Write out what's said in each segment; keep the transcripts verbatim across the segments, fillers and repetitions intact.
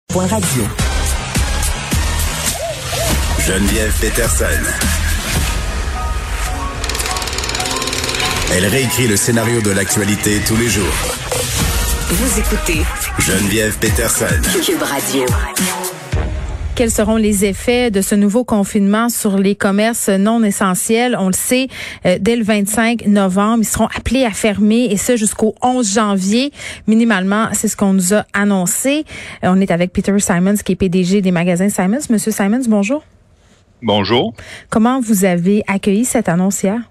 Point radio. Geneviève Peterson. Elle réécrit le scénario de l'actualité tous les jours. Vous écoutez Geneviève Peterson. Cube Radio. Quels seront les effets de ce nouveau confinement sur les commerces non essentiels? On le sait, euh, dès le vingt-cinq novembre, ils seront appelés à fermer et ce jusqu'au onze janvier. Minimalement, c'est ce qu'on nous a annoncé. Euh, on est avec Peter Simons, qui est P D G des magasins Simons. Monsieur Simons, bonjour. Bonjour. Comment vous avez accueilli cette annonce hier?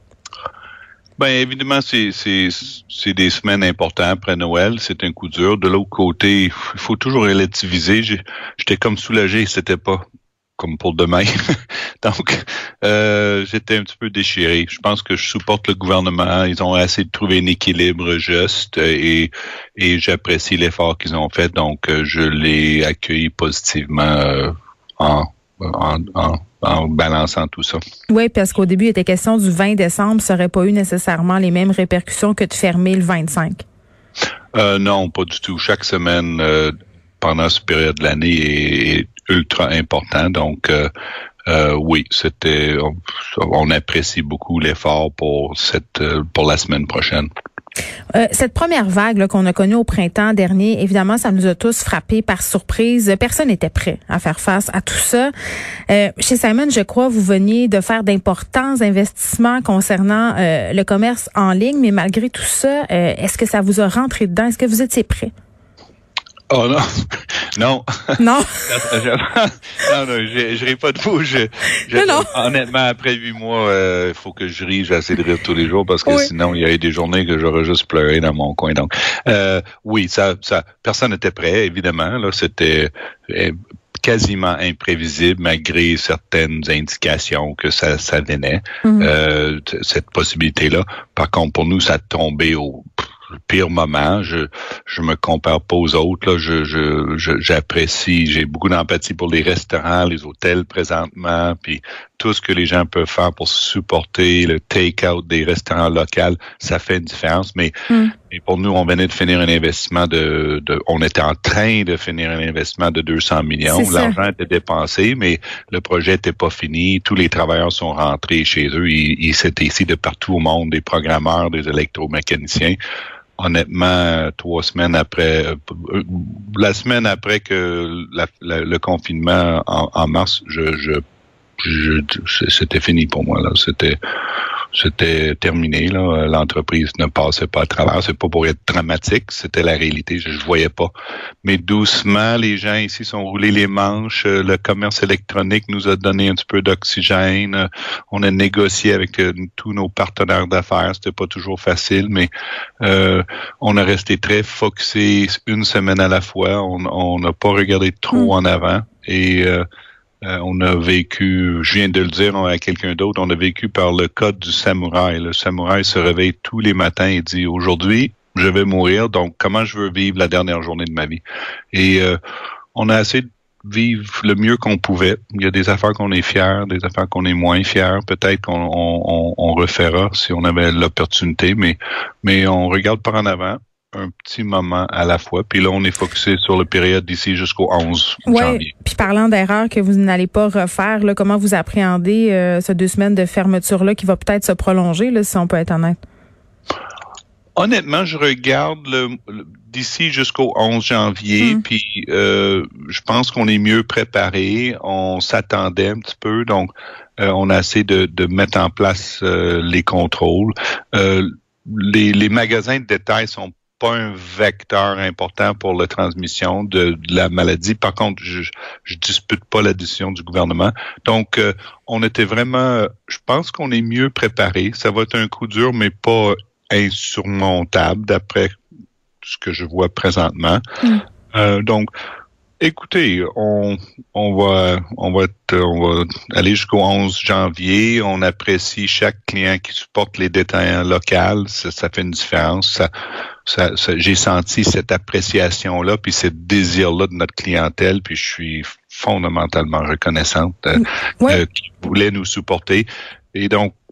Ben évidemment, c'est c'est c'est des semaines importantes après Noël. C'est un coup dur. De l'autre côté, il faut toujours relativiser. J'ai, j'étais comme soulagé. C'était pas comme pour demain. Donc, euh, j'étais un petit peu déchiré. Je pense que je supporte le gouvernement. Ils ont essayé de trouver un équilibre juste et et j'apprécie l'effort qu'ils ont fait. Donc, je l'ai accueilli positivement euh, en en en en balançant tout ça. Oui, parce qu'au début, il était question du vingt décembre, ça n'aurait pas eu nécessairement les mêmes répercussions que de fermer le vingt-cinq. Euh, non, pas du tout. Chaque semaine euh, pendant cette période de l'année est, est ultra important. Donc, euh, euh, oui, c'était, on, on apprécie beaucoup l'effort pour cette pour la semaine prochaine. Euh, cette première vague là, qu'on a connue au printemps dernier, évidemment, ça nous a tous frappés par surprise. Personne n'était prêt à faire face à tout ça. Euh, chez Simon, je crois, vous veniez de faire d'importants investissements concernant euh, le commerce en ligne, mais malgré tout ça, euh, est-ce que ça vous a rentré dedans? Est-ce que vous étiez prêt? Oh non, non. Non. non, non, je, je ris pas de vous. Je, je, non, non. Honnêtement, après huit mois, il euh, faut que je rie. J'essaie de rire tous les jours parce que oui. Sinon, il y a eu des journées que j'aurais juste pleuré dans mon coin. Donc, euh, oui, ça, ça, personne n'était prêt, évidemment. Là, c'était euh, quasiment imprévisible malgré certaines indications que ça, ça venait. Mm-hmm. Euh, cette possibilité-là. Par contre, pour nous, ça a tombé au le pire moment. Je je me compare pas aux autres. Là. Je, je, je j'apprécie, j'ai beaucoup d'empathie pour les restaurants, les hôtels présentement, puis tout ce que les gens peuvent faire pour supporter le take-out des restaurants locaux, ça fait une différence. Mais, mm. mais pour nous, on venait de finir un investissement de, de on était en train de finir un investissement de deux cents millions. L'argent était dépensé, mais le projet n'était pas fini. Tous les travailleurs sont rentrés chez eux. Ils, ils étaient ici de partout au monde, des programmeurs, des électromécaniciens. Honnêtement, trois semaines après, euh, la semaine après que la, la, le confinement en, en mars, je, je, je, c'était fini pour moi là. C'était, c'était terminé là. L'entreprise ne passait pas à travers. C'est pas pour être dramatique, c'était la réalité. Je, je voyais pas. Mais doucement, les gens ici sont roulés les manches. Le commerce électronique nous a donné un petit peu d'oxygène. On a négocié avec euh, tous nos partenaires d'affaires. C'était pas toujours facile, mais euh, on a resté très focusé une semaine à la fois. On n'a pas regardé trop mmh. en avant et euh, Euh, on a vécu, je viens de le dire à quelqu'un d'autre, on a vécu par le code du samouraï. Le samouraï se réveille tous les matins et dit, aujourd'hui, je vais mourir, donc comment je veux vivre la dernière journée de ma vie? Et euh, on a essayé de vivre le mieux qu'on pouvait. Il y a des affaires qu'on est fiers, des affaires qu'on est moins fiers. Peut-être qu'on on, on, on refera si on avait l'opportunité, mais, mais on regarde par en avant. Un petit moment à la fois. Puis là, on est focusé sur la période d'ici jusqu'au onze ouais, janvier. Puis parlant d'erreurs que vous n'allez pas refaire, là, comment vous appréhendez euh, ces deux semaines de fermeture-là qui va peut-être se prolonger, là, si on peut être honnête? Honnêtement, je regarde le, le, d'ici jusqu'au onze janvier, mmh. puis euh, je pense qu'on est mieux préparé. On s'attendait un petit peu, donc euh, on a essayé de, de mettre en place euh, les contrôles. Euh, les, les magasins de détail sont pas un vecteur important pour la transmission de, de la maladie. Par contre, je, je dispute pas la décision du gouvernement. Donc, euh, on était vraiment, je pense qu'on est mieux préparé. Ça va être un coup dur, mais pas insurmontable d'après ce que je vois présentement. Mm. Euh, donc, écoutez, on, on va, on va, être, on va aller jusqu'au onze janvier. On apprécie chaque client qui supporte les détaillants locaux. Ça, ça fait une différence. Ça, ça, ça, j'ai senti cette appréciation-là, puis ce désir-là de notre clientèle, puis je suis fondamentalement reconnaissante euh, ouais. euh, qui voulait nous supporter. Et donc,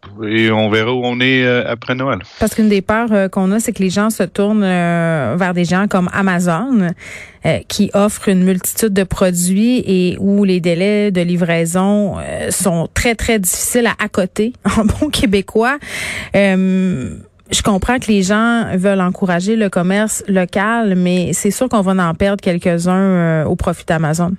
et on verra où on est euh, après Noël. Parce qu'une des peurs euh, qu'on a, c'est que les gens se tournent euh, vers des gens comme Amazon, euh, qui offrent une multitude de produits et où les délais de livraison euh, sont très, très difficiles à accoter en bon québécois. Euh, Je comprends que les gens veulent encourager le commerce local, mais c'est sûr qu'on va en perdre quelques-uns euh, au profit d'Amazon.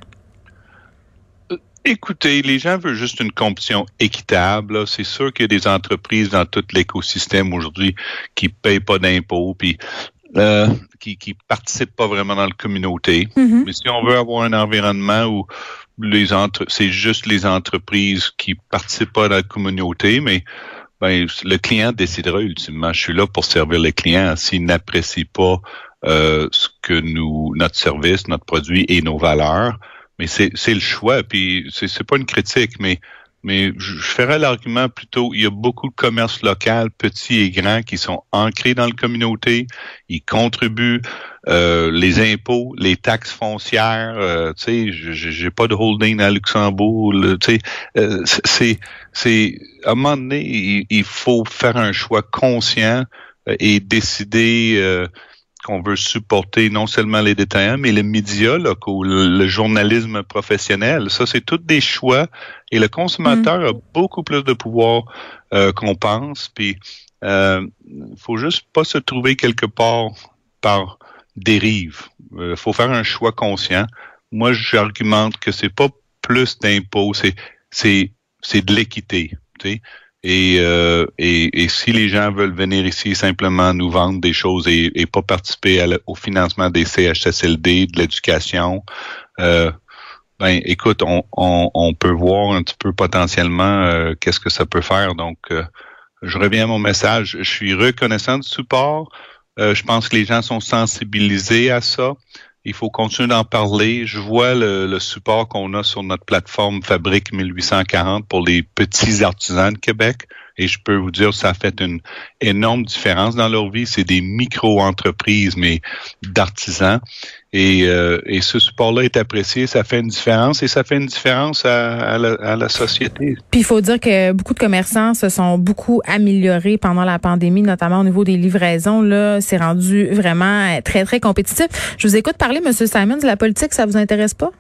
Écoutez, les gens veulent juste une compétition équitable. Là. C'est sûr qu'il y a des entreprises dans tout l'écosystème aujourd'hui qui payent pas d'impôts, puis euh, qui qui participent pas vraiment dans la communauté. Mm-hmm. Mais si on veut avoir un environnement où les entre, c'est juste les entreprises qui participent pas dans la communauté, mais ben le client décidera ultimement. Je suis là pour servir le client. S'il n'apprécie pas euh, ce que nous, notre service, notre produit et nos valeurs. Mais c'est, c'est le choix, puis c'est, c'est pas une critique, mais mais je ferais l'argument plutôt, il y a beaucoup de commerces locaux, petits et grands, qui sont ancrés dans la communauté, ils contribuent, euh, les impôts, les taxes foncières, euh, tu sais, j'ai pas de holding à Luxembourg, tu sais, euh, c'est, c'est, à un moment donné, il, il faut faire un choix conscient euh, et décider euh, qu'on veut supporter non seulement les détaillants, mais les médias locaux, le, le journalisme professionnel. Ça, c'est tous des choix. Et le consommateur mmh. a beaucoup plus de pouvoir euh, qu'on pense. Puis, euh, faut juste pas se trouver quelque part par dérive. Il euh, faut faire un choix conscient. Moi, j'argumente que c'est pas plus d'impôts, c'est c'est c'est de l'équité. Tu sais. Et, euh, et, et si les gens veulent venir ici simplement nous vendre des choses et, et pas participer à le, au financement des C H S L D, de l'éducation, euh, ben écoute, on, on, on peut voir un petit peu potentiellement euh, qu'est-ce que ça peut faire. Donc, euh, je reviens à mon message. Je suis reconnaissant du support. Euh, je pense que les gens sont sensibilisés à ça. Il faut continuer d'en parler. Je vois le, le support qu'on a sur notre plateforme Fabrique mille huit cent quarante pour les petits artisans de Québec. Et je peux vous dire, ça a fait une énorme différence dans leur vie. C'est des micro-entreprises, mais d'artisans. Et, euh, et ce support-là est apprécié. Ça fait une différence et ça fait une différence à, à, la, à la société. Puis il faut dire que beaucoup de commerçants se sont beaucoup améliorés pendant la pandémie, notamment au niveau des livraisons. Là, c'est rendu vraiment très, très compétitif. Je vous écoute parler, M. Simon, de la politique. Ça vous intéresse pas?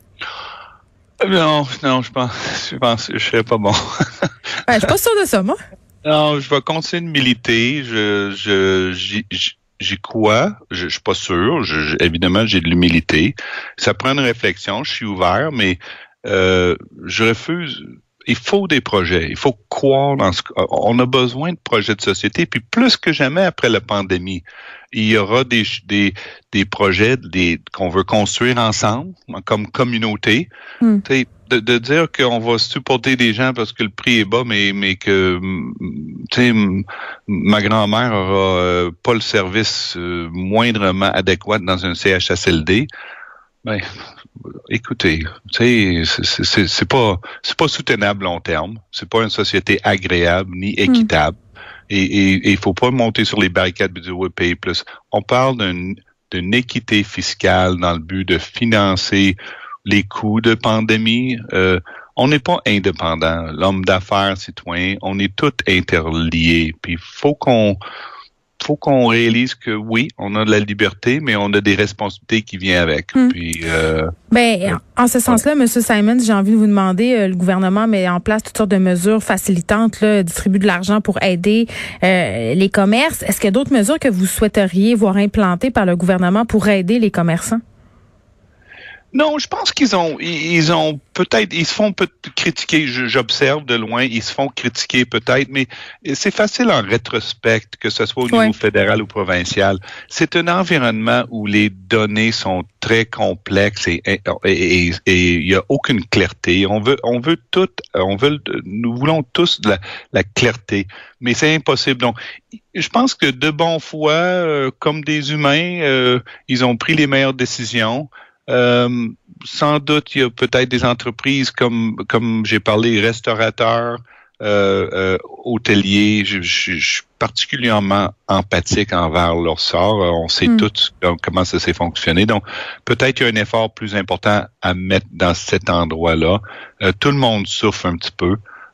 Non, non, je pense, je pense que je serais pas bon. Ouais, je suis pas sûre de ça, moi. Non, je vais continuer de militer. Je, je, j'y, j'y crois. Je, je suis pas sûr. Je, je, évidemment, j'ai de l'humilité. Ça prend une réflexion. Je suis ouvert, mais euh, je refuse. Il faut des projets. Il faut croire dans ce qu'on a besoin de projets de société. Puis plus que jamais après la pandémie, il y aura des des des projets des qu'on veut construire ensemble comme communauté. Mm. De, de dire qu'on va supporter des gens parce que le prix est bas, mais mais que tu sais ma grand-mère aura euh, pas le service euh, moindrement adéquat dans un C H S L D. Ben, écoutez, tu sais, c'est, c'est, c'est pas, c'est pas soutenable long terme. C'est pas une société agréable ni équitable. Mm. Et il faut pas monter sur les barricades et dire oui, payer plus. On parle d'une, d'une équité fiscale dans le but de financer les coûts de pandémie. Euh, on n'est pas indépendant. L'homme d'affaires, citoyen, on est tous interliés. Puis il faut qu'on faut qu'on réalise que oui, on a de la liberté, mais on a des responsabilités qui viennent avec. Hmm. Puis, euh, ben, en ce sens-là, M. Simons, j'ai envie de vous demander, euh, le gouvernement met en place toutes sortes de mesures facilitantes, là, distribue de l'argent pour aider euh, les commerces. Est-ce qu'il y a d'autres mesures que vous souhaiteriez voir implantées par le gouvernement pour aider les commerçants? Non, je pense qu'ils ont, ils ont peut-être, ils se font peut-être critiquer. J'observe de loin, ils se font critiquer peut-être, mais c'est facile en rétrospect, que ce soit au niveau ouais. fédéral ou provincial. C'est un environnement où les données sont très complexes et et et, et il y a aucune clarté. On veut, on veut tout, on veut, nous voulons tous de la, la clarté, mais c'est impossible. Donc, je pense que de bonne foi, euh, comme des humains, euh, ils ont pris les meilleures décisions. Euh, sans doute, il y a peut-être des entreprises comme comme j'ai parlé, restaurateurs, euh, euh, hôteliers. Je, je, je suis particulièrement empathique envers leur sort. On sait mm. tous comment ça s'est fonctionné. Donc, peut-être qu'il y a un effort plus important à mettre dans cet endroit-là. Euh, tout le monde souffre un petit peu.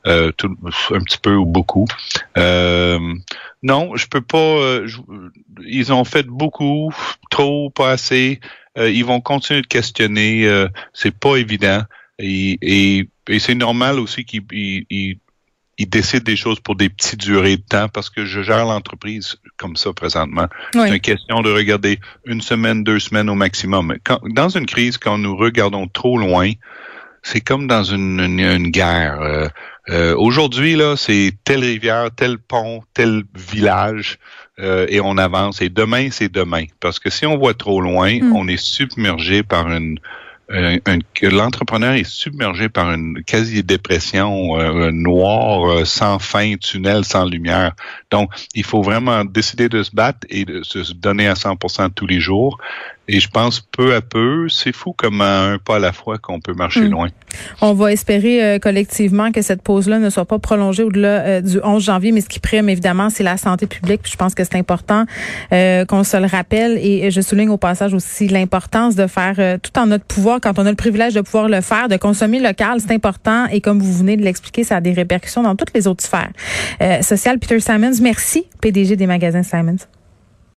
euh, tout, un petit peu ou beaucoup. Euh, non, je peux pas. Euh, je, ils ont fait beaucoup, trop, pas assez. Euh, ils vont continuer de questionner. Euh, c'est pas évident. Et, et, et c'est normal aussi qu'ils ils, ils, ils décident des choses pour des petites durées de temps parce que je gère l'entreprise comme ça présentement. Oui. C'est une question de regarder une semaine, deux semaines au maximum. Quand, dans une crise, quand nous regardons trop loin, c'est comme dans une, une, une guerre. Euh, euh, aujourd'hui, là, c'est telle rivière, tel pont, tel village, euh, et on avance. Et demain, c'est demain. Parce que si on voit trop loin, mm. on est submergé par une... Un, un, l'entrepreneur est submergé par une quasi-dépression euh, noire, euh, sans fin, tunnel sans lumière. Donc, il faut vraiment décider de se battre et de se donner à cent pour cent tous les jours. Et je pense peu à peu, c'est fou comme à un pas à la fois qu'on peut marcher mmh. loin. On va espérer euh, collectivement que cette pause-là ne soit pas prolongée au-delà euh, du onze janvier, mais ce qui prime évidemment, c'est la santé publique. Puis je pense que c'est important euh, qu'on se le rappelle. Et je souligne au passage aussi l'importance de faire euh, tout en notre pouvoir, quand on a le privilège de pouvoir le faire, de consommer local, c'est important. Et comme vous venez de l'expliquer, ça a des répercussions dans toutes les autres sphères euh, sociales. Peter Simons, merci, P D G des magasins Simons.